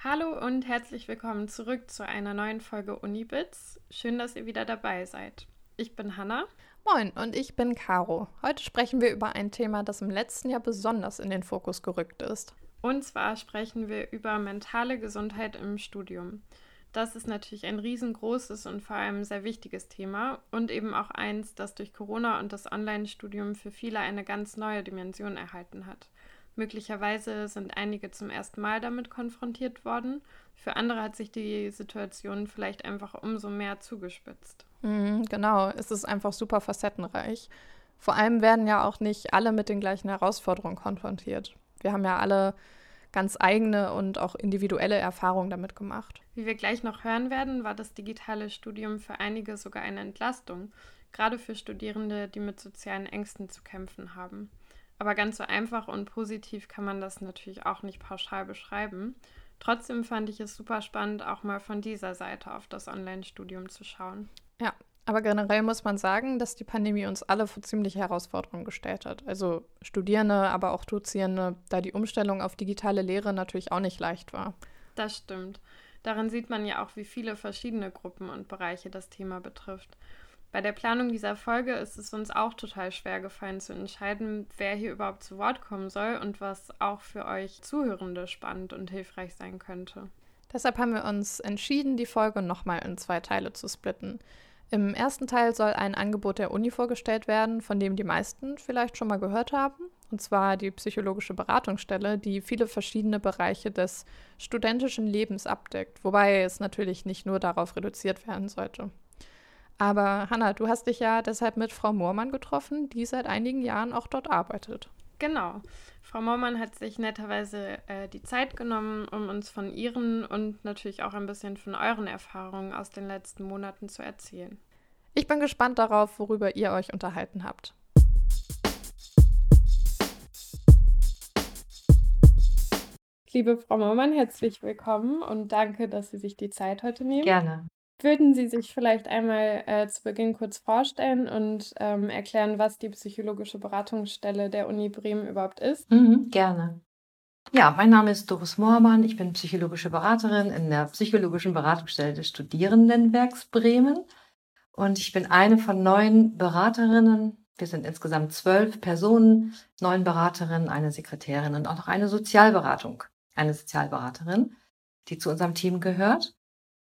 Hallo und herzlich willkommen zurück zu einer neuen Folge Unibits. Schön, dass ihr wieder dabei seid. Ich bin Hanna. Moin, und ich bin Caro. Heute sprechen wir über ein Thema, das im letzten Jahr besonders in den Fokus gerückt ist. Und zwar sprechen wir über mentale Gesundheit im Studium. Das ist natürlich ein riesengroßes und vor allem sehr wichtiges Thema und eben auch eins, das durch Corona und das Online-Studium für viele eine ganz neue Dimension erhalten hat. Möglicherweise sind einige zum ersten Mal damit konfrontiert worden. Für andere hat sich die Situation vielleicht einfach umso mehr zugespitzt. Genau, es ist einfach super facettenreich. Vor allem werden ja auch nicht alle mit den gleichen Herausforderungen konfrontiert. Wir haben ja alle ganz eigene und auch individuelle Erfahrungen damit gemacht. Wie wir gleich noch hören werden, war das digitale Studium für einige sogar eine Entlastung, gerade für Studierende, die mit sozialen Ängsten zu kämpfen haben. Aber ganz so einfach und positiv kann man das natürlich auch nicht pauschal beschreiben. Trotzdem fand ich es super spannend, auch mal von dieser Seite auf das Online-Studium zu schauen. Ja, aber generell muss man sagen, dass die Pandemie uns alle vor ziemliche Herausforderungen gestellt hat. Also Studierende, aber auch Dozierende, da die Umstellung auf digitale Lehre natürlich auch nicht leicht war. Das stimmt. Daran sieht man ja auch, wie viele verschiedene Gruppen und Bereiche das Thema betrifft. Bei der Planung dieser Folge ist es uns auch total schwer gefallen zu entscheiden, wer hier überhaupt zu Wort kommen soll und was auch für euch Zuhörende spannend und hilfreich sein könnte. Deshalb haben wir uns entschieden, die Folge nochmal in 2 Teile zu splitten. Im ersten Teil soll ein Angebot der Uni vorgestellt werden, von dem die meisten vielleicht schon mal gehört haben. Und zwar die psychologische Beratungsstelle, die viele verschiedene Bereiche des studentischen Lebens abdeckt. Wobei es natürlich nicht nur darauf reduziert werden sollte. Aber Hanna, du hast dich ja deshalb mit Frau Moormann getroffen, die seit einigen Jahren auch dort arbeitet. Genau. Frau Mormann hat sich netterweise die Zeit genommen, um uns von ihren und natürlich auch ein bisschen von euren Erfahrungen aus den letzten Monaten zu erzählen. Ich bin gespannt darauf, worüber ihr euch unterhalten habt. Liebe Frau Mormann, herzlich willkommen und danke, dass Sie sich die Zeit heute nehmen. Gerne. Würden Sie sich vielleicht einmal zu Beginn kurz vorstellen und erklären, was die psychologische Beratungsstelle der Uni Bremen überhaupt ist? Gerne. Ja, mein Name ist Doris Moormann. Ich bin psychologische Beraterin in der psychologischen Beratungsstelle des Studierendenwerks Bremen. Und ich bin eine von 9 Beraterinnen. Wir sind insgesamt 12 Personen, 9 Beraterinnen, eine Sekretärin und auch noch eine Sozialberaterin, die zu unserem Team gehört.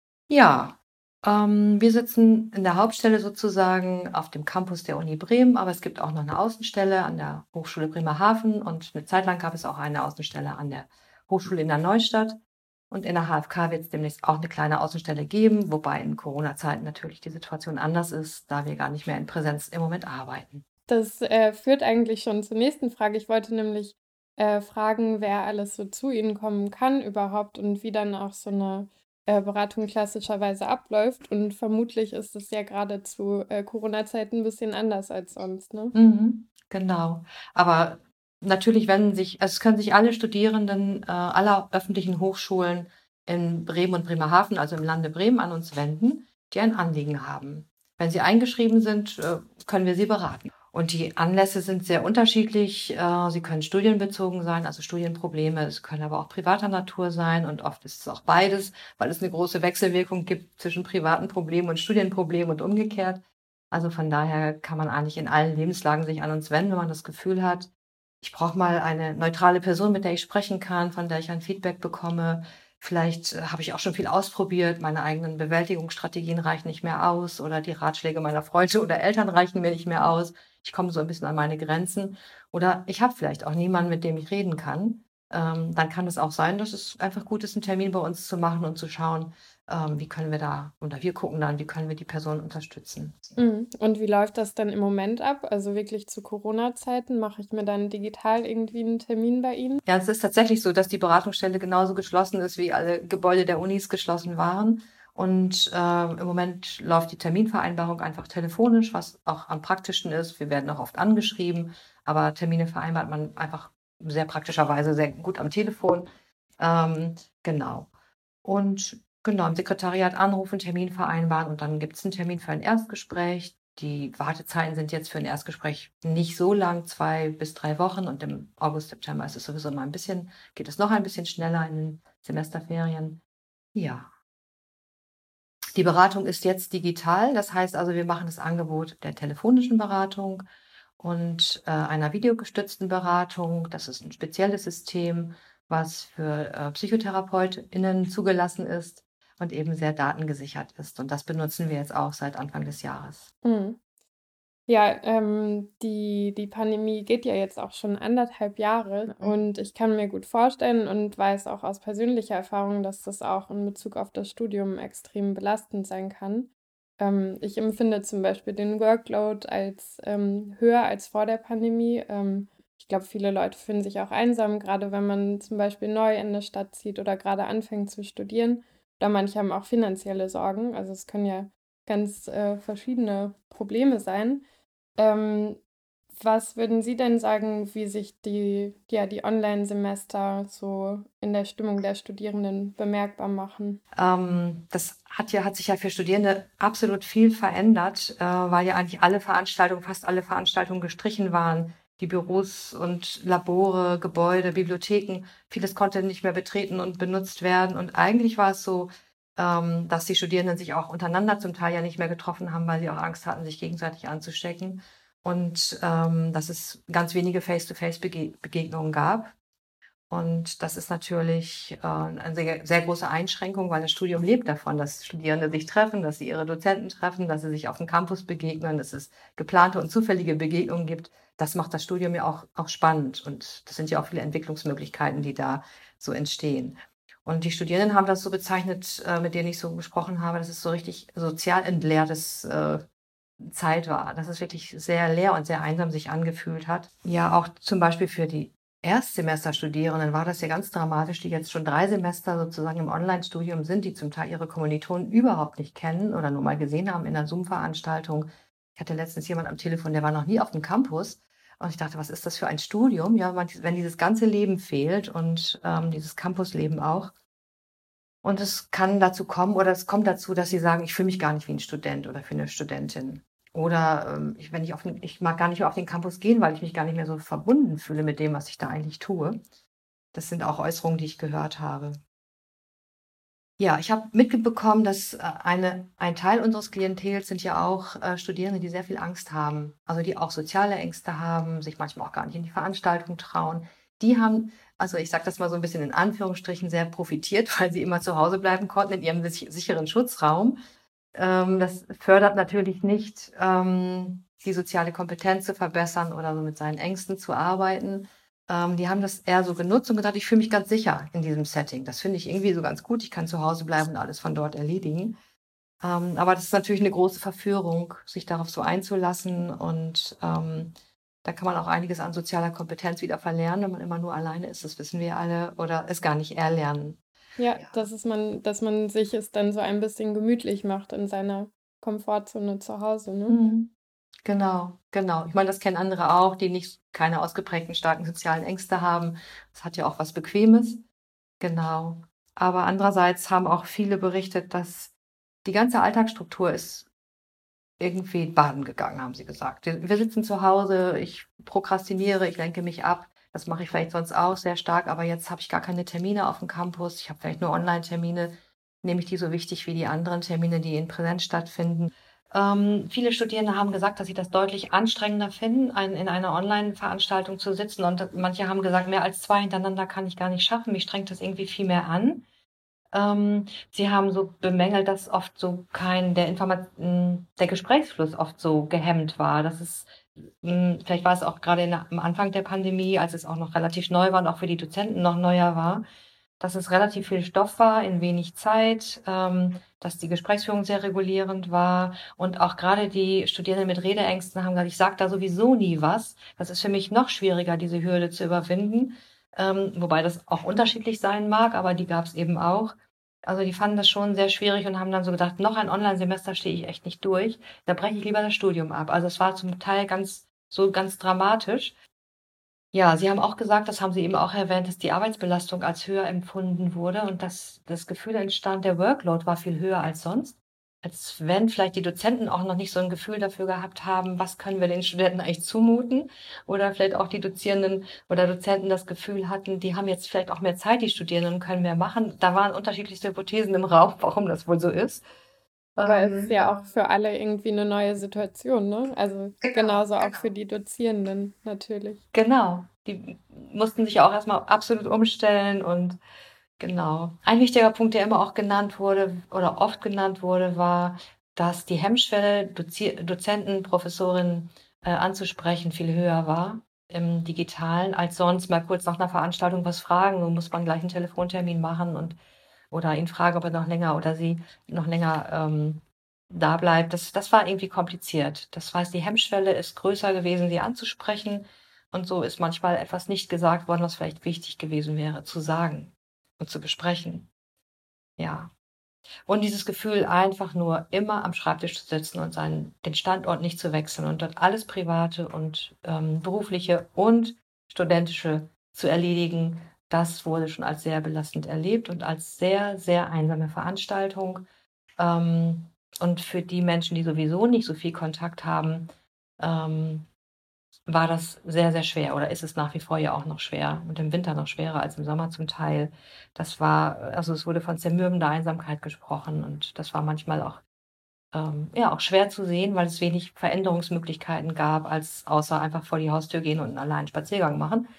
Ja, wir sitzen in der Hauptstelle sozusagen auf dem Campus der Uni Bremen, aber es gibt auch noch eine Außenstelle an der Hochschule Bremerhaven und eine Zeit lang gab es auch eine Außenstelle an der Hochschule in der Neustadt. Und in der HFK wird es demnächst auch eine kleine Außenstelle geben, wobei in Corona-Zeiten natürlich die Situation anders ist, da wir gar nicht mehr in Präsenz im Moment arbeiten. Das führt eigentlich schon zur nächsten Frage. Ich wollte nämlich fragen, wer alles so zu Ihnen kommen kann überhaupt und wie dann auch so eine Beratung klassischerweise abläuft. Und vermutlich ist es ja gerade zu Corona-Zeiten ein bisschen anders als sonst, ne? Genau. Aber natürlich also es können sich alle Studierenden aller öffentlichen Hochschulen in Bremen und Bremerhaven, also im Lande Bremen, an uns wenden, die ein Anliegen haben. Wenn sie eingeschrieben sind, können wir sie beraten. Und die Anlässe sind sehr unterschiedlich. Sie können studienbezogen sein, also Studienprobleme. Es können aber auch privater Natur sein. Und oft ist es auch beides, weil es eine große Wechselwirkung gibt zwischen privaten Problemen und Studienproblemen und umgekehrt. Also von daher kann man eigentlich in allen Lebenslagen sich an uns wenden, wenn man das Gefühl hat, ich brauche mal eine neutrale Person, mit der ich sprechen kann, von der ich ein Feedback bekomme. Vielleicht habe ich auch schon viel ausprobiert, meine eigenen Bewältigungsstrategien reichen nicht mehr aus oder die Ratschläge meiner Freunde oder Eltern reichen mir nicht mehr aus. Ich komme so ein bisschen an meine Grenzen oder ich habe vielleicht auch niemanden, mit dem ich reden kann. Dann kann es auch sein, dass es einfach gut ist, einen Termin bei uns zu machen und zu schauen, wie können wir da, oder wir gucken dann, wie können wir die Person unterstützen. Und wie läuft das dann im Moment ab? Also wirklich zu Corona-Zeiten mache ich mir dann digital irgendwie einen Termin bei Ihnen? Ja, es ist tatsächlich so, dass die Beratungsstelle genauso geschlossen ist, wie alle Gebäude der Unis geschlossen waren. Und im Moment läuft die Terminvereinbarung einfach telefonisch, was auch am praktischsten ist. Wir werden auch oft angeschrieben, aber Termine vereinbart man einfach sehr praktischerweise sehr gut am Telefon. Genau. Und genau, im Sekretariat anrufen, Termin vereinbaren und dann gibt es einen Termin für ein Erstgespräch. Die Wartezeiten sind jetzt für ein Erstgespräch nicht so lang, 2 bis 3 Wochen. Und im August, September ist es sowieso immer geht es noch ein bisschen schneller in den Semesterferien. Ja. Die Beratung ist jetzt digital. Das heißt also, wir machen das Angebot der telefonischen Beratung und einer videogestützten Beratung. Das ist ein spezielles System, was für PsychotherapeutInnen zugelassen ist und eben sehr datengesichert ist. Und das benutzen wir jetzt auch seit Anfang des Jahres. Mhm. Ja, die Pandemie geht ja jetzt auch schon 1,5 Jahre und ich kann mir gut vorstellen und weiß auch aus persönlicher Erfahrung, dass das auch in Bezug auf das Studium extrem belastend sein kann. Ich empfinde zum Beispiel den Workload als höher als vor der Pandemie. Ich glaube, viele Leute fühlen sich auch einsam, gerade wenn man zum Beispiel neu in eine Stadt zieht oder gerade anfängt zu studieren. Oder manche haben auch finanzielle Sorgen. Also es können ja ganz verschiedene Probleme sein. Ähm, Was würden Sie denn sagen, wie sich die Online-Semester so in der Stimmung der Studierenden bemerkbar machen? Das hat sich ja für Studierende absolut viel verändert, weil ja eigentlich fast alle Veranstaltungen gestrichen waren. Die Büros und Labore, Gebäude, Bibliotheken, vieles konnte nicht mehr betreten und benutzt werden. Und eigentlich war es so, dass die Studierenden sich auch untereinander zum Teil ja nicht mehr getroffen haben, weil sie auch Angst hatten, sich gegenseitig anzustecken. Und dass es ganz wenige Face-to-Face-Begegnungen gab. Und das ist natürlich eine sehr große Einschränkung, weil das Studium lebt davon, dass Studierende sich treffen, dass sie ihre Dozenten treffen, dass sie sich auf dem Campus begegnen, dass es geplante und zufällige Begegnungen gibt. Das macht das Studium ja auch spannend. Und das sind ja auch viele Entwicklungsmöglichkeiten, die da so entstehen. Und die Studierenden haben das so bezeichnet, mit denen ich so gesprochen habe, dass es so richtig sozial entleertes Zeit war, dass es wirklich sehr leer und sehr einsam sich angefühlt hat. Ja, auch zum Beispiel für die Erstsemesterstudierenden war das ja ganz dramatisch, die jetzt schon 3 Semester sozusagen im Online-Studium sind, die zum Teil ihre Kommilitonen überhaupt nicht kennen oder nur mal gesehen haben in einer Zoom-Veranstaltung. Ich hatte letztens jemand am Telefon, der war noch nie auf dem Campus. Und ich dachte, was ist das für ein Studium? Ja, wenn dieses ganze Leben fehlt und dieses Campusleben auch. Und es kann dazu kommen oder es kommt dazu, dass sie sagen, ich fühle mich gar nicht wie ein Student oder wie eine Studentin. Oder ich mag gar nicht mehr auf den Campus gehen, weil ich mich gar nicht mehr so verbunden fühle mit dem, was ich da eigentlich tue. Das sind auch Äußerungen, die ich gehört habe. Ja, ich habe mitbekommen, dass ein Teil unseres Klientels sind ja auch Studierende, die sehr viel Angst haben. Also die auch soziale Ängste haben, sich manchmal auch gar nicht in die Veranstaltung trauen. Die haben, also ich sage das mal so ein bisschen in Anführungsstrichen, sehr profitiert, weil sie immer zu Hause bleiben konnten in ihrem sicheren Schutzraum. Das fördert natürlich nicht, die soziale Kompetenz zu verbessern oder so mit seinen Ängsten zu arbeiten. Die haben das eher so genutzt und gesagt, ich fühle mich ganz sicher in diesem Setting. Das finde ich irgendwie so ganz gut. Ich kann zu Hause bleiben und alles von dort erledigen. Aber das ist natürlich eine große Verführung, sich darauf so einzulassen. Und da kann man auch einiges an sozialer Kompetenz wieder verlernen, wenn man immer nur alleine ist. Das wissen wir alle. Oder es gar nicht erlernen. Ja, dass man sich es dann so ein bisschen gemütlich macht in seiner Komfortzone zu Hause, ne? Mhm. Genau. Ich meine, das kennen andere auch, die keine ausgeprägten starken sozialen Ängste haben. Das hat ja auch was Bequemes. Genau. Aber andererseits haben auch viele berichtet, dass die ganze Alltagsstruktur ist irgendwie baden gegangen, haben sie gesagt. Wir sitzen zu Hause, ich prokrastiniere, ich lenke mich ab. Das mache ich vielleicht sonst auch sehr stark, aber jetzt habe ich gar keine Termine auf dem Campus. Ich habe vielleicht nur Online-Termine. Nehme ich die so wichtig wie die anderen Termine, die in Präsenz stattfinden? Viele Studierende haben gesagt, dass sie das deutlich anstrengender finden, in einer Online-Veranstaltung zu sitzen. Und manche haben gesagt, mehr als 2 hintereinander kann ich gar nicht schaffen. Mich strengt das irgendwie viel mehr an. Sie haben so bemängelt, dass oft so der Gesprächsfluss oft so gehemmt war. Vielleicht war es auch gerade am Anfang der Pandemie, als es auch noch relativ neu war und auch für die Dozenten noch neuer war, dass es relativ viel Stoff war in wenig Zeit, dass die Gesprächsführung sehr regulierend war und auch gerade die Studierenden mit Redeängsten haben gesagt, ich sage da sowieso nie was. Das ist für mich noch schwieriger, diese Hürde zu überwinden, wobei das auch unterschiedlich sein mag, aber die gab es eben auch. Also die fanden das schon sehr schwierig und haben dann so gedacht, noch ein Online-Semester stehe ich echt nicht durch, da breche ich lieber das Studium ab. Also es war zum Teil ganz dramatisch. Ja, Sie haben auch gesagt, das haben Sie eben auch erwähnt, dass die Arbeitsbelastung als höher empfunden wurde und dass das Gefühl entstand, der Workload war viel höher als sonst. als wenn vielleicht die Dozenten auch noch nicht so ein Gefühl dafür gehabt haben, was können wir den Studenten eigentlich zumuten? Oder vielleicht auch die Dozierenden oder Dozenten das Gefühl hatten, die haben jetzt vielleicht auch mehr Zeit, die Studierenden, und können mehr machen. Da waren unterschiedlichste Hypothesen im Raum, warum das wohl so ist. Aber es ist ja auch für alle irgendwie eine neue Situation, ne? Also genauso auch für die Dozierenden natürlich. Genau, die mussten sich ja auch erstmal absolut umstellen und genau. Ein wichtiger Punkt, der immer auch genannt wurde oder oft genannt wurde, war, dass die Hemmschwelle, Dozenten, Professorinnen anzusprechen, viel höher war im Digitalen, als sonst mal kurz nach einer Veranstaltung was fragen. Nun muss man gleich einen Telefontermin machen oder ihn fragen, ob er noch länger oder sie noch länger da bleibt. Das war irgendwie kompliziert. Das heißt, die Hemmschwelle ist größer gewesen, sie anzusprechen. Und so ist manchmal etwas nicht gesagt worden, was vielleicht wichtig gewesen wäre, zu sagen und zu besprechen. Ja. Und dieses Gefühl, einfach nur immer am Schreibtisch zu sitzen und den Standort nicht zu wechseln und dort alles Private und berufliche und studentische zu erledigen, das wurde schon als sehr belastend erlebt und als sehr, sehr einsame Veranstaltung. Und für die Menschen, die sowieso nicht so viel Kontakt haben, war das sehr, sehr schwer oder ist es nach wie vor ja auch noch schwer und im Winter noch schwerer als im Sommer zum Teil. Also es wurde von zermürbender Einsamkeit gesprochen und das war manchmal auch, ja, auch schwer zu sehen, weil es wenig Veränderungsmöglichkeiten gab, als außer einfach vor die Haustür gehen und einen alleinen Spaziergang machen.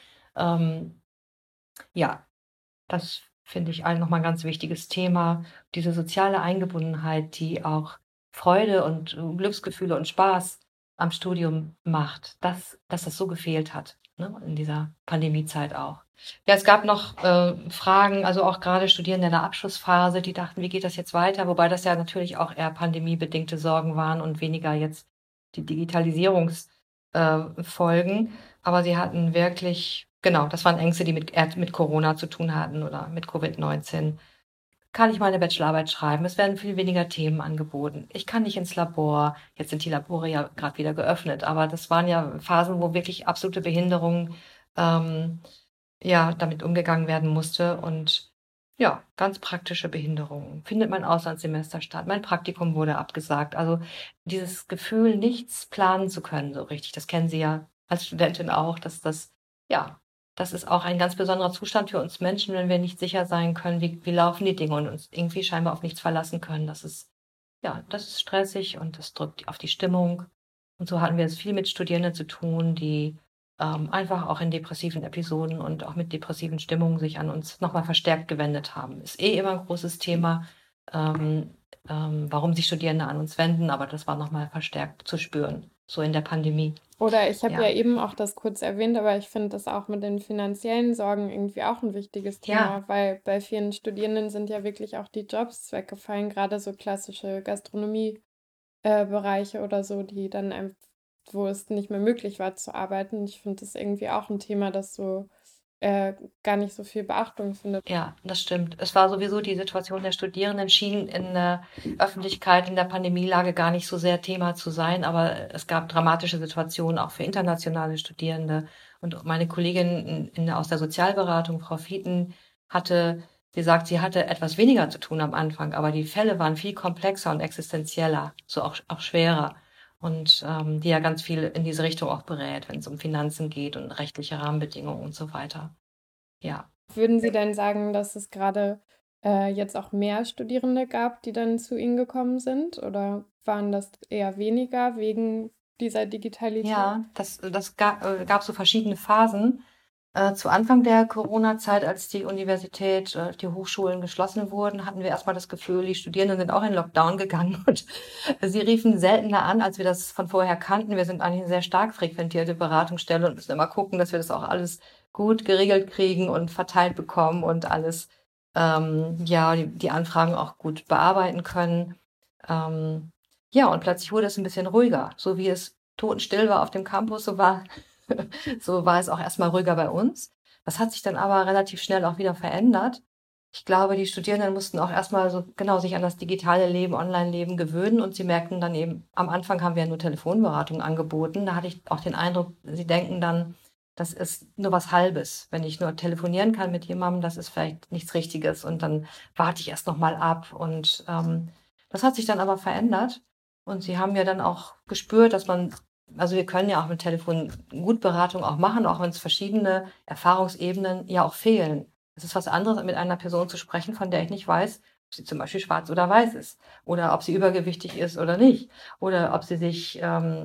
Ja, das finde ich nochmal ein ganz wichtiges Thema. Diese soziale Eingebundenheit, die auch Freude und Glücksgefühle und Spaß am Studium macht, dass das so gefehlt hat, ne, in dieser Pandemiezeit auch. Ja, es gab noch Fragen, also auch gerade Studierende in der Abschlussphase, die dachten, wie geht das jetzt weiter? Wobei das ja natürlich auch eher pandemiebedingte Sorgen waren und weniger jetzt die Digitalisierungsfolgen. Aber sie hatten wirklich, genau, das waren Ängste, die mit Corona zu tun hatten oder mit Covid-19. Kann ich meine Bachelorarbeit schreiben? Es werden viel weniger Themen angeboten. Ich kann nicht ins Labor. Jetzt sind die Labore ja gerade wieder geöffnet, aber das waren ja Phasen, wo wirklich absolute Behinderung ja, damit umgegangen werden musste und ja, ganz praktische Behinderungen. Findet mein Auslandssemester statt? Mein Praktikum wurde abgesagt. Also dieses Gefühl, nichts planen zu können, so richtig, das kennen Sie ja als Studentin auch, ja, das ist auch ein ganz besonderer Zustand für uns Menschen, wenn wir nicht sicher sein können, wie laufen die Dinge und uns irgendwie scheinbar auf nichts verlassen können. Ja, das ist stressig und das drückt auf die Stimmung. Und so hatten wir es viel mit Studierenden zu tun, die einfach auch in depressiven Episoden und auch mit depressiven Stimmungen sich an uns nochmal verstärkt gewendet haben. Ist immer ein großes Thema, warum sich Studierende an uns wenden, aber das war nochmal verstärkt zu spüren, so in der Pandemie. Oder ich habe Ja. ja eben auch das kurz erwähnt, aber ich finde das auch mit den finanziellen Sorgen irgendwie auch ein wichtiges Thema, Ja. weil bei vielen Studierenden sind ja wirklich auch die Jobs weggefallen, gerade so klassische Gastronomie-Bereiche oder so, die dann einfach, wo es nicht mehr möglich war zu arbeiten. Ich finde das irgendwie auch ein Thema, das so gar nicht so viel Beachtung findet. Ja, das stimmt. Es war sowieso die Situation der Studierenden schien in der Öffentlichkeit in der Pandemielage gar nicht so sehr Thema zu sein, aber es gab dramatische Situationen auch für internationale Studierende. Und meine Kollegin aus der Sozialberatung, Frau Fieten, hatte gesagt, sie hatte etwas weniger zu tun am Anfang, aber die Fälle waren viel komplexer und existenzieller, so auch schwerer. Und die ja ganz viel in diese Richtung auch berät, wenn es um Finanzen geht und rechtliche Rahmenbedingungen und so weiter. Ja. Würden Sie denn sagen, dass es gerade jetzt auch mehr Studierende gab, die dann zu Ihnen gekommen sind? Oder waren das eher weniger wegen dieser Digitalität? Ja, das gab so verschiedene Phasen. Zu Anfang der Corona-Zeit, als die Universität, die Hochschulen geschlossen wurden, hatten wir erstmal das Gefühl, die Studierenden sind auch in Lockdown gegangen und sie riefen seltener an, als wir das von vorher kannten. Wir sind eigentlich eine sehr stark frequentierte Beratungsstelle und müssen immer gucken, dass wir das auch alles gut geregelt kriegen und verteilt bekommen und alles, ja, die Anfragen auch gut bearbeiten können. Ja, und plötzlich wurde es ein bisschen ruhiger, so wie es totenstill war auf dem Campus, so war es auch erstmal ruhiger bei uns. Das hat sich dann aber relativ schnell auch wieder verändert. Ich glaube, die Studierenden mussten auch erstmal so genau sich an das digitale Leben, Online-Leben gewöhnen und sie merkten dann eben, am Anfang haben wir ja nur Telefonberatung angeboten. Da hatte ich auch den Eindruck, sie denken dann, das ist nur was Halbes. Wenn ich nur telefonieren kann mit jemandem, das ist vielleicht nichts Richtiges und dann warte ich erst noch mal ab und Das hat sich dann aber verändert und sie haben ja dann auch gespürt, also wir können ja auch mit Telefon gut Beratung auch machen, auch wenn es verschiedene Erfahrungsebenen ja auch fehlen. Es ist was anderes, mit einer Person zu sprechen, von der ich nicht weiß, ob sie zum Beispiel schwarz oder weiß ist oder ob sie übergewichtig ist oder nicht oder ob sie sich,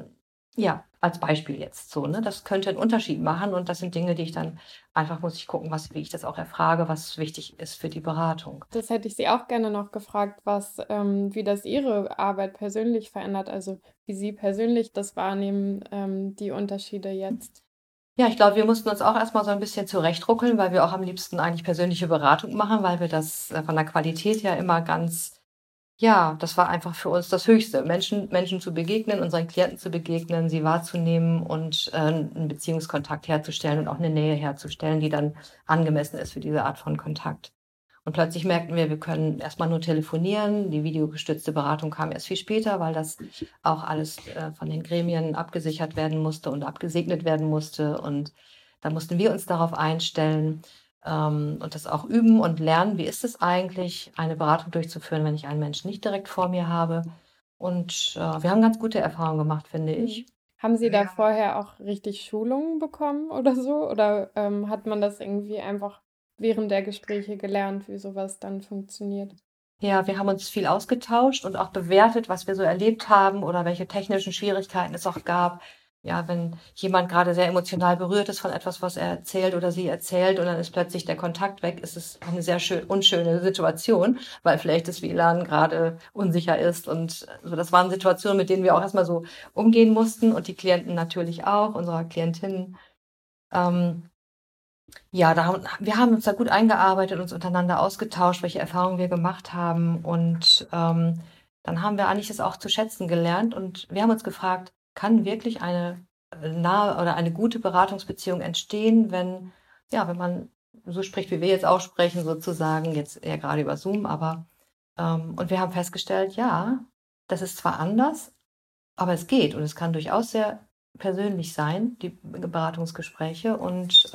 ja, als Beispiel jetzt so, ne? Das könnte einen Unterschied machen und das sind Dinge, die ich dann einfach muss ich gucken, wie ich das auch erfrage, was wichtig ist für die Beratung. Das hätte ich Sie auch gerne noch gefragt, wie das Ihre Arbeit persönlich verändert, also wie Sie persönlich das wahrnehmen, die Unterschiede jetzt. Ja, ich glaube, wir mussten uns auch erst mal so ein bisschen zurechtruckeln, weil wir auch am liebsten eigentlich persönliche Beratung machen, weil wir das, von der Qualität ja immer ganz ja, das war einfach für uns das Höchste, Menschen zu begegnen, unseren Klienten zu begegnen, sie wahrzunehmen und, 'n Beziehungskontakt herzustellen und auch eine Nähe herzustellen, die dann angemessen ist für diese Art von Kontakt. Und plötzlich merkten wir können erst mal nur telefonieren. Die videogestützte Beratung kam erst viel später, weil das auch alles, von den Gremien abgesichert werden musste und abgesegnet werden musste. Und da mussten wir uns darauf einstellen, und das auch üben und lernen. Wie ist es eigentlich, eine Beratung durchzuführen, wenn ich einen Menschen nicht direkt vor mir habe? Und, wir haben ganz gute Erfahrungen gemacht, finde ich. Haben Sie da vorher auch richtig Schulungen bekommen oder so? Oder hat man das irgendwie einfach während der Gespräche gelernt, wie sowas dann funktioniert? Ja, wir haben uns viel ausgetauscht und auch bewertet, was wir so erlebt haben oder welche technischen Schwierigkeiten es auch gab. Ja, wenn jemand gerade sehr emotional berührt ist von etwas, was er erzählt oder sie erzählt und dann ist plötzlich der Kontakt weg, ist es eine sehr unschöne Situation, weil vielleicht das WLAN gerade unsicher ist und so. Das waren Situationen, mit denen wir auch erstmal so umgehen mussten und die Klienten natürlich auch, unsere Klientinnen. Ähm, ja, wir haben uns da gut eingearbeitet, uns untereinander ausgetauscht, welche Erfahrungen wir gemacht haben und, dann haben wir eigentlich das auch zu schätzen gelernt und wir haben uns gefragt: „Kann wirklich eine, nahe oder eine gute Beratungsbeziehung entstehen, wenn man so spricht, wie wir jetzt auch sprechen sozusagen, jetzt eher gerade über Zoom, aber“ und wir haben festgestellt, ja, das ist zwar anders, aber es geht und es kann durchaus sehr persönlich sein, die Beratungsgespräche und,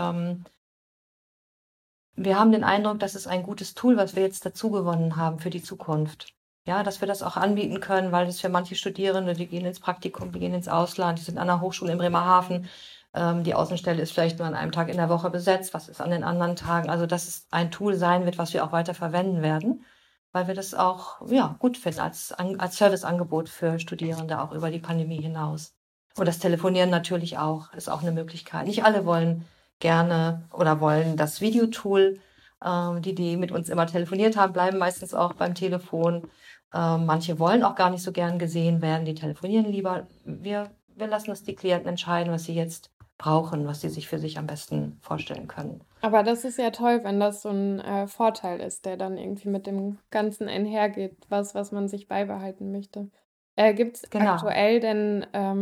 wir haben den Eindruck, das ist ein gutes Tool, was wir jetzt dazugewonnen haben für die Zukunft. Ja, dass wir das auch anbieten können, weil das für manche Studierende, die gehen ins Praktikum, die gehen ins Ausland, die sind an der Hochschule in Bremerhaven. Die Außenstelle ist vielleicht nur an einem Tag in der Woche besetzt. Was ist an den anderen Tagen? Also, dass es ein Tool sein wird, was wir auch weiter verwenden werden, weil wir das auch, ja, gut finden als Serviceangebot für Studierende, auch über die Pandemie hinaus. Und das Telefonieren natürlich auch, ist auch eine Möglichkeit. Nicht alle wollen gerne oder wollen das Videotool. Die mit uns immer telefoniert haben, bleiben meistens auch beim Telefon. Manche wollen auch gar nicht so gern gesehen werden, die telefonieren lieber. Wir lassen es die Klienten entscheiden, was sie jetzt brauchen, was sie sich für sich am besten vorstellen können. Aber das ist ja toll, wenn das so ein Vorteil ist, der dann irgendwie mit dem Ganzen einhergeht, was man sich beibehalten möchte. Gibt's Genau. aktuell denn,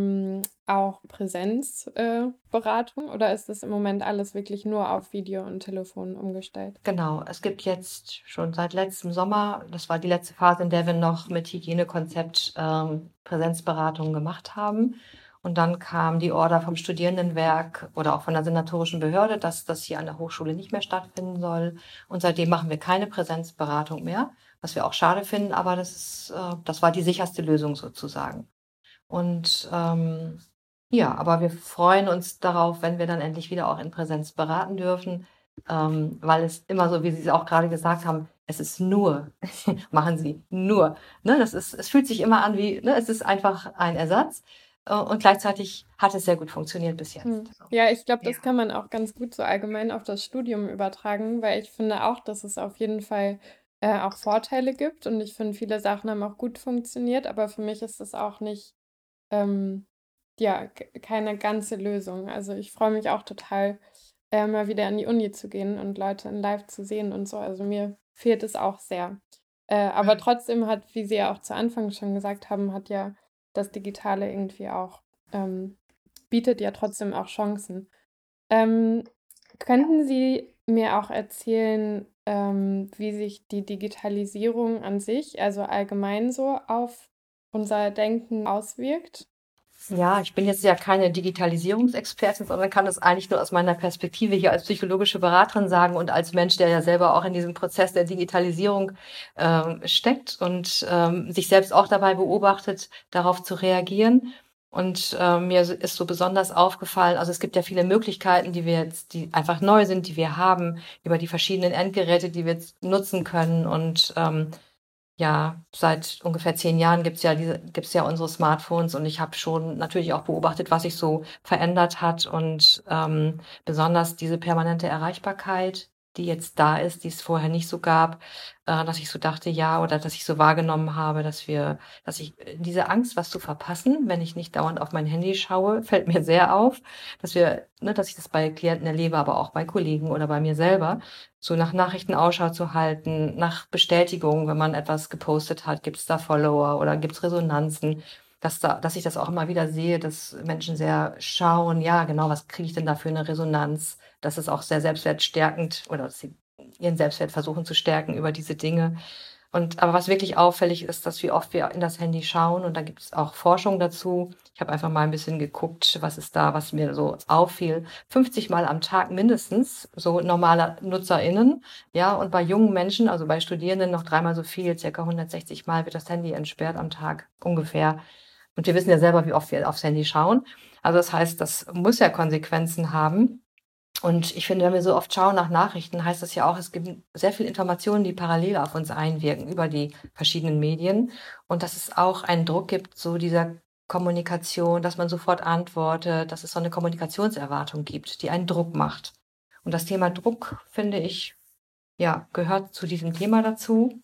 auch Präsenzberatung oder ist das im Moment alles wirklich nur auf Video und Telefon umgestellt? Genau, es gibt jetzt schon seit letztem Sommer, das war die letzte Phase, in der wir noch mit Hygienekonzept Präsenzberatungen gemacht haben. Und dann kam die Order vom Studierendenwerk oder auch von der senatorischen Behörde, dass das hier an der Hochschule nicht mehr stattfinden soll. Und seitdem machen wir keine Präsenzberatung mehr, was wir auch schade finden, aber das war die sicherste Lösung sozusagen. Und ja, aber wir freuen uns darauf, wenn wir dann endlich wieder auch in Präsenz beraten dürfen, weil es immer so, wie Sie es auch gerade gesagt haben, es ist nur, machen Sie nur. Ne, es fühlt sich immer an wie, ne, es ist einfach ein Ersatz. Und gleichzeitig hat es sehr gut funktioniert bis jetzt. So. Ja, ich glaube, das kann man auch ganz gut so allgemein auf das Studium übertragen, weil ich finde auch, dass es auf jeden Fall auch Vorteile gibt und ich finde, viele Sachen haben auch gut funktioniert, aber für mich ist das auch nicht, ähm, ja, keine ganze Lösung. Also ich freue mich auch total, mal wieder an die Uni zu gehen und Leute in Live zu sehen und so. Also mir fehlt es auch sehr. Aber trotzdem wie Sie ja auch zu Anfang schon gesagt haben, hat ja das Digitale irgendwie auch, bietet ja trotzdem auch Chancen. Ähm, Könnten Sie mir auch erzählen, wie sich die Digitalisierung an sich, also allgemein so auf unser Denken auswirkt? Ja, ich bin jetzt ja keine Digitalisierungsexpertin, sondern kann das eigentlich nur aus meiner Perspektive hier als psychologische Beraterin sagen und als Mensch, der ja selber auch in diesem Prozess der Digitalisierung steckt und sich selbst auch dabei beobachtet, darauf zu reagieren. Und mir ist so besonders aufgefallen, also es gibt ja viele Möglichkeiten, die einfach neu sind, die wir haben, über die verschiedenen Endgeräte, die wir jetzt nutzen können. Und ja, seit ungefähr 10 Jahren gibt's ja unsere Smartphones und ich habe schon natürlich auch beobachtet, was sich so verändert hat und besonders diese permanente Erreichbarkeit, die jetzt da ist, die es vorher nicht so gab, dass ich so dachte, ja, oder dass ich so wahrgenommen habe, dass ich diese Angst, was zu verpassen, wenn ich nicht dauernd auf mein Handy schaue, fällt mir sehr auf, dass ich das bei Klienten erlebe, aber auch bei Kollegen oder bei mir selber, so nach Nachrichten Ausschau zu halten, nach Bestätigung, wenn man etwas gepostet hat, gibt es da Follower oder gibt es Resonanzen, dass ich das auch immer wieder sehe, dass Menschen sehr schauen, ja, genau, was kriege ich denn da für eine Resonanz? Das ist auch sehr selbstwertstärkend oder dass sie ihren Selbstwert versuchen zu stärken über diese Dinge. Aber was wirklich auffällig ist, dass wie oft wir in das Handy schauen und da gibt es auch Forschung dazu. Ich habe einfach mal ein bisschen geguckt, was mir so auffiel. 50 Mal am Tag mindestens, so normale NutzerInnen, ja, und bei jungen Menschen, also bei Studierenden noch 3-mal so viel, circa 160 Mal wird das Handy entsperrt am Tag ungefähr. Und wir wissen ja selber, wie oft wir aufs Handy schauen. Also das heißt, das muss ja Konsequenzen haben. Und ich finde, wenn wir so oft schauen nach Nachrichten, heißt das ja auch, es gibt sehr viel Informationen, die parallel auf uns einwirken über die verschiedenen Medien. Und dass es auch einen Druck gibt, so dieser Kommunikation, dass man sofort antwortet, dass es so eine Kommunikationserwartung gibt, die einen Druck macht. Und das Thema Druck, finde ich, ja, gehört zu diesem Thema dazu.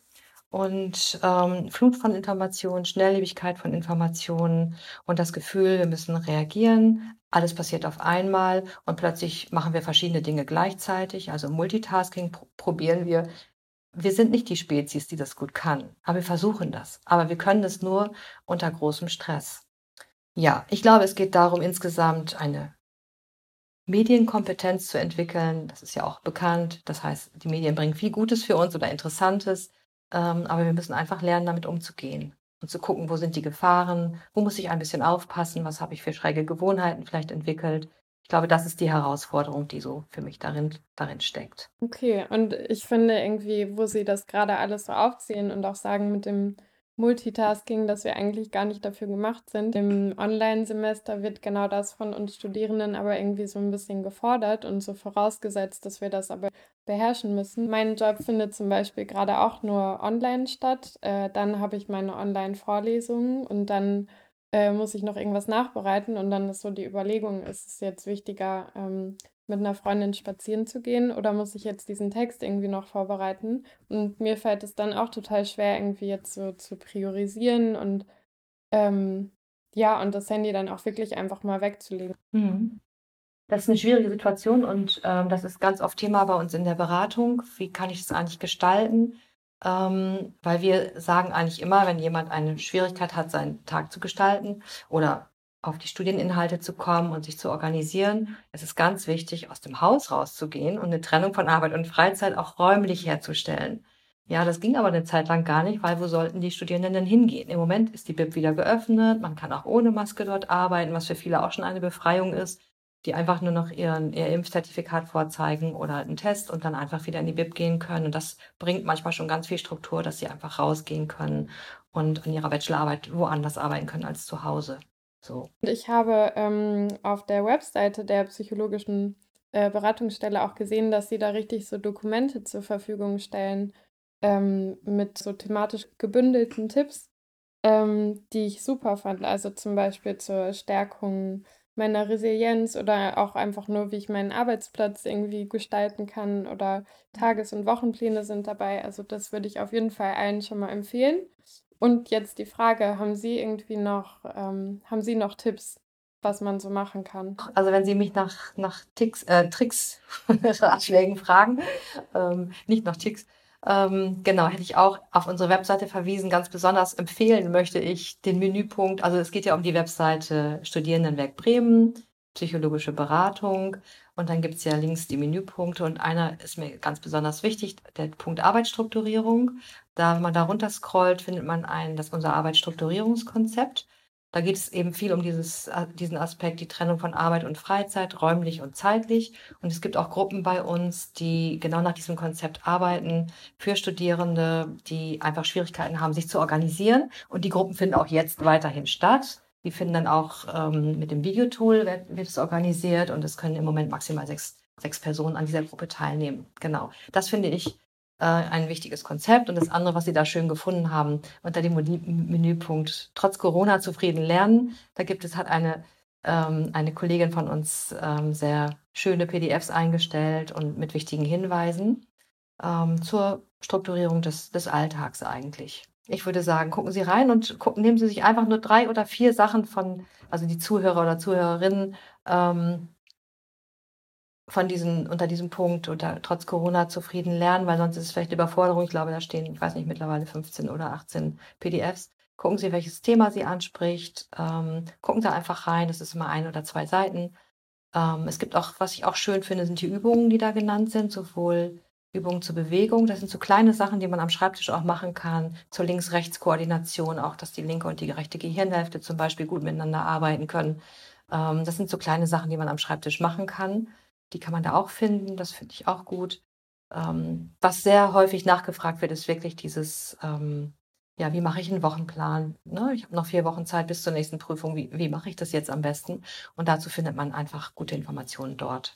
Und Flut von Informationen, Schnelllebigkeit von Informationen und das Gefühl, wir müssen reagieren. Alles passiert auf einmal und plötzlich machen wir verschiedene Dinge gleichzeitig. Also Multitasking probieren wir. Wir sind nicht die Spezies, die das gut kann, aber wir versuchen das. Aber wir können es nur unter großem Stress. Ja, ich glaube, es geht darum, insgesamt eine Medienkompetenz zu entwickeln. Das ist ja auch bekannt. Das heißt, die Medien bringen viel Gutes für uns oder Interessantes. Aber wir müssen einfach lernen, damit umzugehen und zu gucken, wo sind die Gefahren, wo muss ich ein bisschen aufpassen, was habe ich für schräge Gewohnheiten vielleicht entwickelt. Ich glaube, das ist die Herausforderung, die so für mich darin steckt. Okay, und ich finde irgendwie, wo Sie das gerade alles so aufzählen und auch sagen mit dem Multitasking, dass wir eigentlich gar nicht dafür gemacht sind. Im Online-Semester wird genau das von uns Studierenden aber irgendwie so ein bisschen gefordert und so vorausgesetzt, dass wir das aber beherrschen müssen. Mein Job findet zum Beispiel gerade auch nur online statt. Dann habe ich meine Online-Vorlesungen und dann muss ich noch irgendwas nachbereiten und dann ist so die Überlegung, ist es jetzt wichtiger, mit einer Freundin spazieren zu gehen oder muss ich jetzt diesen Text irgendwie noch vorbereiten? Und mir fällt es dann auch total schwer, irgendwie jetzt so zu priorisieren und ja, und das Handy dann auch wirklich einfach mal wegzulegen. Mhm. Das ist eine schwierige Situation und das ist ganz oft Thema bei uns in der Beratung. Wie kann ich das eigentlich gestalten? Weil wir sagen eigentlich immer, wenn jemand eine Schwierigkeit hat, seinen Tag zu gestalten oder auf die Studieninhalte zu kommen und sich zu organisieren, es ist ganz wichtig, aus dem Haus rauszugehen und eine Trennung von Arbeit und Freizeit auch räumlich herzustellen. Ja, das ging aber eine Zeit lang gar nicht, weil wo sollten die Studierenden denn hingehen? Im Moment ist die BIP wieder geöffnet, man kann auch ohne Maske dort arbeiten, was für viele auch schon eine Befreiung ist, die einfach nur noch ihr Impfzertifikat vorzeigen oder einen Test und dann einfach wieder in die BIP gehen können. Und das bringt manchmal schon ganz viel Struktur, dass sie einfach rausgehen können und an ihrer Bachelorarbeit woanders arbeiten können als zu Hause. So. Und ich habe auf der Webseite der psychologischen Beratungsstelle auch gesehen, dass sie da richtig so Dokumente zur Verfügung stellen mit so thematisch gebündelten Tipps, die ich super fand. Also zum Beispiel zur Stärkung meiner Resilienz oder auch einfach nur, wie ich meinen Arbeitsplatz irgendwie gestalten kann oder Tages- und Wochenpläne sind dabei. Also das würde ich auf jeden Fall allen schon mal empfehlen. Und jetzt die Frage, haben Sie noch Tipps, was man so machen kann? Also wenn Sie mich nach Tricks, Ratschlägen fragen, nicht nach Ticks, genau, hätte ich auch auf unsere Webseite verwiesen. Ganz besonders empfehlen möchte ich den Menüpunkt. Also es geht ja um die Webseite Studierendenwerk Bremen, psychologische Beratung. Und dann gibt es ja links die Menüpunkte. Und einer ist mir ganz besonders wichtig, der Punkt Arbeitsstrukturierung. Wenn man da runter scrollt, findet man das ist unser Arbeitsstrukturierungskonzept. Da geht es eben viel um diesen Aspekt, die Trennung von Arbeit und Freizeit, räumlich und zeitlich. Und es gibt auch Gruppen bei uns, die genau nach diesem Konzept arbeiten, für Studierende, die einfach Schwierigkeiten haben, sich zu organisieren. Und die Gruppen finden auch jetzt weiterhin statt. Die finden dann auch mit dem Videotool wird es organisiert und es können im Moment maximal sechs Personen an dieser Gruppe teilnehmen. Genau. Das finde ich ein wichtiges Konzept. Und das andere, was Sie da schön gefunden haben, unter dem Menüpunkt trotz Corona zufrieden lernen, hat eine Kollegin von uns sehr schöne PDFs eingestellt und mit wichtigen Hinweisen zur Strukturierung des Alltags eigentlich. Ich würde sagen, gucken Sie rein und nehmen Sie sich einfach nur 3 oder 4 Sachen also die Zuhörer oder Zuhörerinnen, unter diesem Punkt oder trotz Corona zufrieden lernen, weil sonst ist es vielleicht Überforderung. Ich glaube, da stehen, ich weiß nicht, mittlerweile 15 oder 18 PDFs. Gucken Sie, welches Thema Sie anspricht. Gucken Sie einfach rein. Das ist immer 1 oder 2 Seiten. Es gibt auch, was ich auch schön finde, sind die Übungen, die da genannt sind, sowohl Übungen zur Bewegung. Das sind so kleine Sachen, die man am Schreibtisch auch machen kann. Zur Links-Rechts-Koordination auch, dass die linke und die rechte Gehirnhälfte zum Beispiel gut miteinander arbeiten können. Das sind so kleine Sachen, die man am Schreibtisch machen kann. Die kann man da auch finden. Das finde ich auch gut. Was sehr häufig nachgefragt wird, ist wirklich dieses, wie mache ich einen Wochenplan? Ne? Ich habe noch 4 Wochen Zeit bis zur nächsten Prüfung. Wie mache ich das jetzt am besten? Und dazu findet man einfach gute Informationen dort.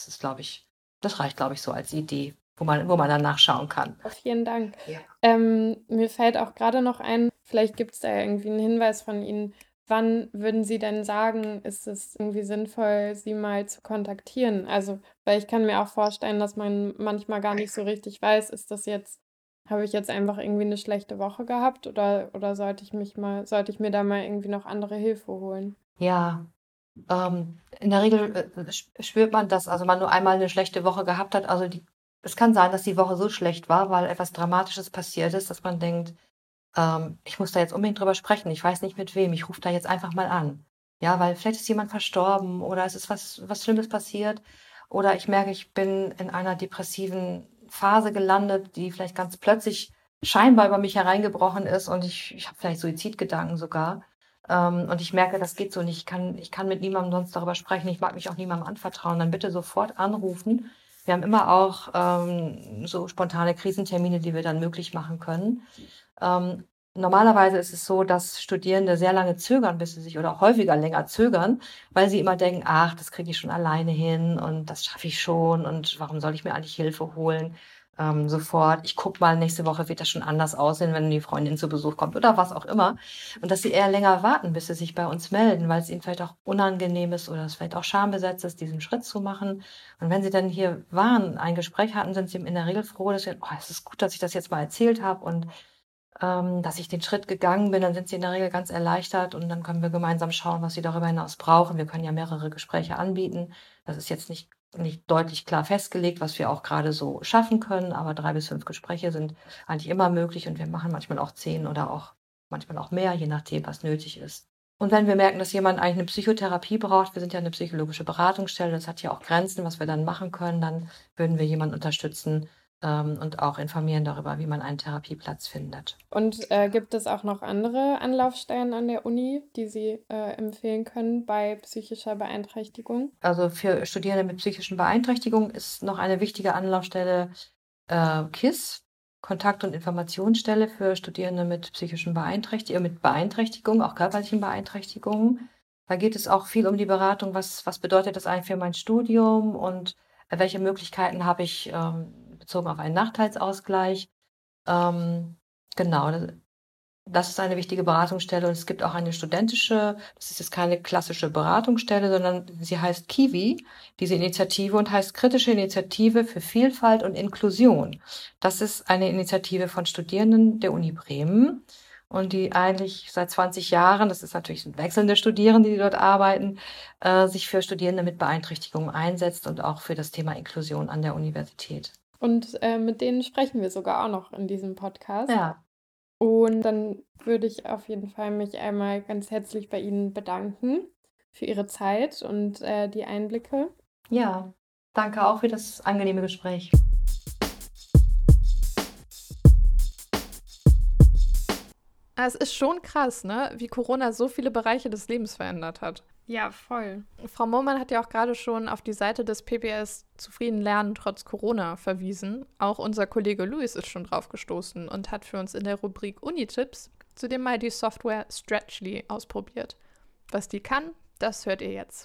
Das reicht, glaube ich, so als Idee, wo man dann nachschauen kann. Vielen Dank. Ja. Mir fällt auch gerade noch ein, vielleicht gibt es da irgendwie einen Hinweis von Ihnen. Wann würden Sie denn sagen, ist es irgendwie sinnvoll, Sie mal zu kontaktieren? Also, weil ich kann mir auch vorstellen, dass man manchmal gar nicht so richtig weiß, habe ich jetzt einfach irgendwie eine schlechte Woche gehabt oder sollte ich mir da mal irgendwie noch andere Hilfe holen? Ja, in der Regel spürt man das, also man nur einmal eine schlechte Woche gehabt hat. Also es kann sein, dass die Woche so schlecht war, weil etwas Dramatisches passiert ist, dass man denkt, ich muss da jetzt unbedingt drüber sprechen. Ich weiß nicht mit wem. Ich rufe da jetzt einfach mal an. Ja, weil vielleicht ist jemand verstorben oder es ist was Schlimmes passiert. Oder ich merke, ich bin in einer depressiven Phase gelandet, die vielleicht ganz plötzlich scheinbar über mich hereingebrochen ist und ich habe vielleicht Suizidgedanken sogar. Und ich merke, das geht so nicht. Ich kann mit niemandem sonst darüber sprechen. Ich mag mich auch niemandem anvertrauen. Dann bitte sofort anrufen. Wir haben immer auch so spontane Krisentermine, die wir dann möglich machen können. Normalerweise ist es so, dass Studierende sehr lange zögern, oder auch häufiger länger zögern, weil sie immer denken, ach, das kriege ich schon alleine hin und das schaffe ich schon und warum soll ich mir eigentlich Hilfe holen? Sofort, ich gucke mal, nächste Woche wird das schon anders aussehen, wenn die Freundin zu Besuch kommt oder was auch immer. Und dass sie eher länger warten, bis sie sich bei uns melden, weil es ihnen vielleicht auch unangenehm ist oder es vielleicht auch schambesetzt ist, diesen Schritt zu machen. Und wenn sie dann hier waren, ein Gespräch hatten, sind sie in der Regel froh, dass es ist gut, dass ich das jetzt mal erzählt habe und dass ich den Schritt gegangen bin, dann sind sie in der Regel ganz erleichtert und dann können wir gemeinsam schauen, was sie darüber hinaus brauchen. Wir können ja mehrere Gespräche anbieten. Das ist jetzt nicht deutlich klar festgelegt, was wir auch gerade so schaffen können, aber 3 bis 5 Gespräche sind eigentlich immer möglich und wir machen manchmal auch 10 oder auch manchmal auch mehr, je nachdem, was nötig ist. Und wenn wir merken, dass jemand eigentlich eine Psychotherapie braucht, wir sind ja eine psychologische Beratungsstelle, das hat ja auch Grenzen, was wir dann machen können, dann würden wir jemanden unterstützen, und auch informieren darüber, wie man einen Therapieplatz findet. Und gibt es auch noch andere Anlaufstellen an der Uni, die Sie empfehlen können bei psychischer Beeinträchtigung? Also für Studierende mit psychischen Beeinträchtigungen ist noch eine wichtige Anlaufstelle KISS, Kontakt- und Informationsstelle für Studierende mit psychischen Beeinträchtigungen, auch körperlichen Beeinträchtigungen. Da geht es auch viel um die Beratung, was bedeutet das eigentlich für mein Studium und welche Möglichkeiten habe ich bezogen auf einen Nachteilsausgleich. Genau, das ist eine wichtige Beratungsstelle und es gibt auch eine studentische, das ist jetzt keine klassische Beratungsstelle, sondern sie heißt KIWI, diese Initiative, und heißt Kritische Initiative für Vielfalt und Inklusion. Das ist eine Initiative von Studierenden der Uni Bremen und die eigentlich seit 20 Jahren, das ist natürlich wechselnde Studierende, die dort arbeiten, sich für Studierende mit Beeinträchtigungen einsetzt und auch für das Thema Inklusion an der Universität. Und mit denen sprechen wir sogar auch noch in diesem Podcast. Ja. Und dann würde ich auf jeden Fall mich einmal ganz herzlich bei Ihnen bedanken für Ihre Zeit und die Einblicke. Ja, danke auch für das angenehme Gespräch. Aber es ist schon krass, ne, wie Corona so viele Bereiche des Lebens verändert hat. Ja, voll. Frau Mohmann hat ja auch gerade schon auf die Seite des PBS Zufrieden lernen trotz Corona verwiesen. Auch unser Kollege Luis ist schon drauf gestoßen und hat für uns in der Rubrik Uni-Tipps zudem mal die Software Stretchly ausprobiert. Was die kann, das hört ihr jetzt.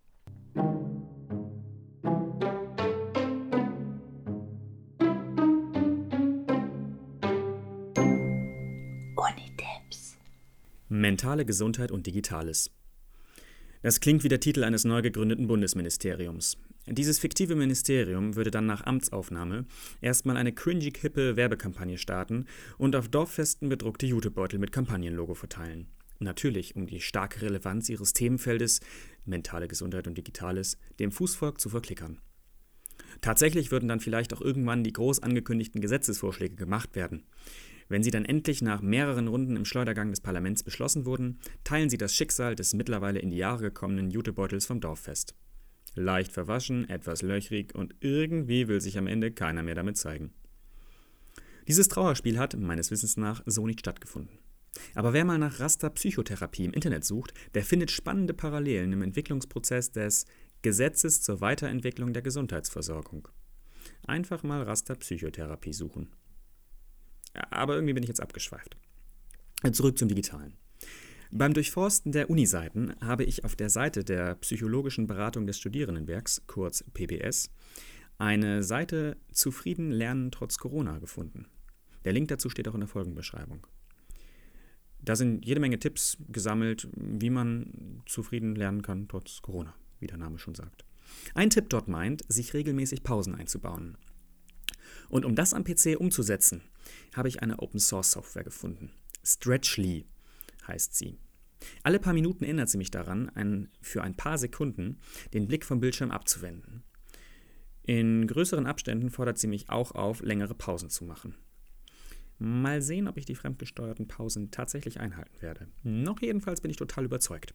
Uni-Tipps. Mentale Gesundheit und Digitales. Das klingt wie der Titel eines neu gegründeten Bundesministeriums. Dieses fiktive Ministerium würde dann nach Amtsaufnahme erstmal eine cringy-kippe Werbekampagne starten und auf Dorffesten bedruckte Jutebeutel mit Kampagnenlogo verteilen. Natürlich, um die starke Relevanz ihres Themenfeldes, mentale Gesundheit und Digitales, dem Fußvolk zu verklickern. Tatsächlich würden dann vielleicht auch irgendwann die groß angekündigten Gesetzesvorschläge gemacht werden. Wenn sie dann endlich nach mehreren Runden im Schleudergang des Parlaments beschlossen wurden, teilen sie das Schicksal des mittlerweile in die Jahre gekommenen Jutebeutels vom Dorffest. Leicht verwaschen, etwas löchrig und irgendwie will sich am Ende keiner mehr damit zeigen. Dieses Trauerspiel hat, meines Wissens nach, so nicht stattgefunden. Aber wer mal nach Raster-Psychotherapie im Internet sucht, der findet spannende Parallelen im Entwicklungsprozess des Gesetzes zur Weiterentwicklung der Gesundheitsversorgung. Einfach mal Raster-Psychotherapie suchen. Aber irgendwie bin ich jetzt abgeschweift. Zurück zum Digitalen. Beim Durchforsten der Uni-Seiten habe ich auf der Seite der Psychologischen Beratung des Studierendenwerks, kurz PBS, eine Seite Zufrieden lernen trotz Corona gefunden. Der Link dazu steht auch in der Folgenbeschreibung. Da sind jede Menge Tipps gesammelt, wie man zufrieden lernen kann trotz Corona, wie der Name schon sagt. Ein Tipp dort meint, sich regelmäßig Pausen einzubauen. Und um das am PC umzusetzen, habe ich eine Open-Source-Software gefunden. Stretchly heißt sie. Alle paar Minuten erinnert sie mich daran, für ein paar Sekunden den Blick vom Bildschirm abzuwenden. In größeren Abständen fordert sie mich auch auf, längere Pausen zu machen. Mal sehen, ob ich die fremdgesteuerten Pausen tatsächlich einhalten werde. Noch jedenfalls bin ich total überzeugt.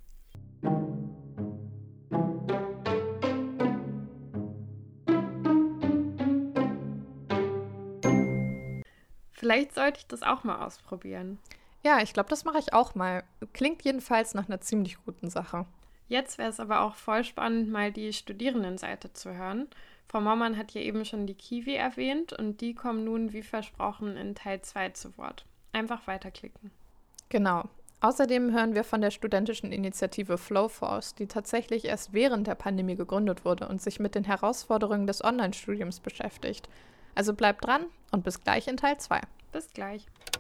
Vielleicht sollte ich das auch mal ausprobieren. Ja, ich glaube, das mache ich auch mal. Klingt jedenfalls nach einer ziemlich guten Sache. Jetzt wäre es aber auch voll spannend, mal die Studierendenseite zu hören. Frau Mohmann hat ja eben schon die Kiwi erwähnt und die kommen nun wie versprochen in Teil 2 zu Wort. Einfach weiterklicken. Genau. Außerdem hören wir von der studentischen Initiative Flowforce, die tatsächlich erst während der Pandemie gegründet wurde und sich mit den Herausforderungen des Online-Studiums beschäftigt. Also bleibt dran und bis gleich in Teil 2. Bis gleich.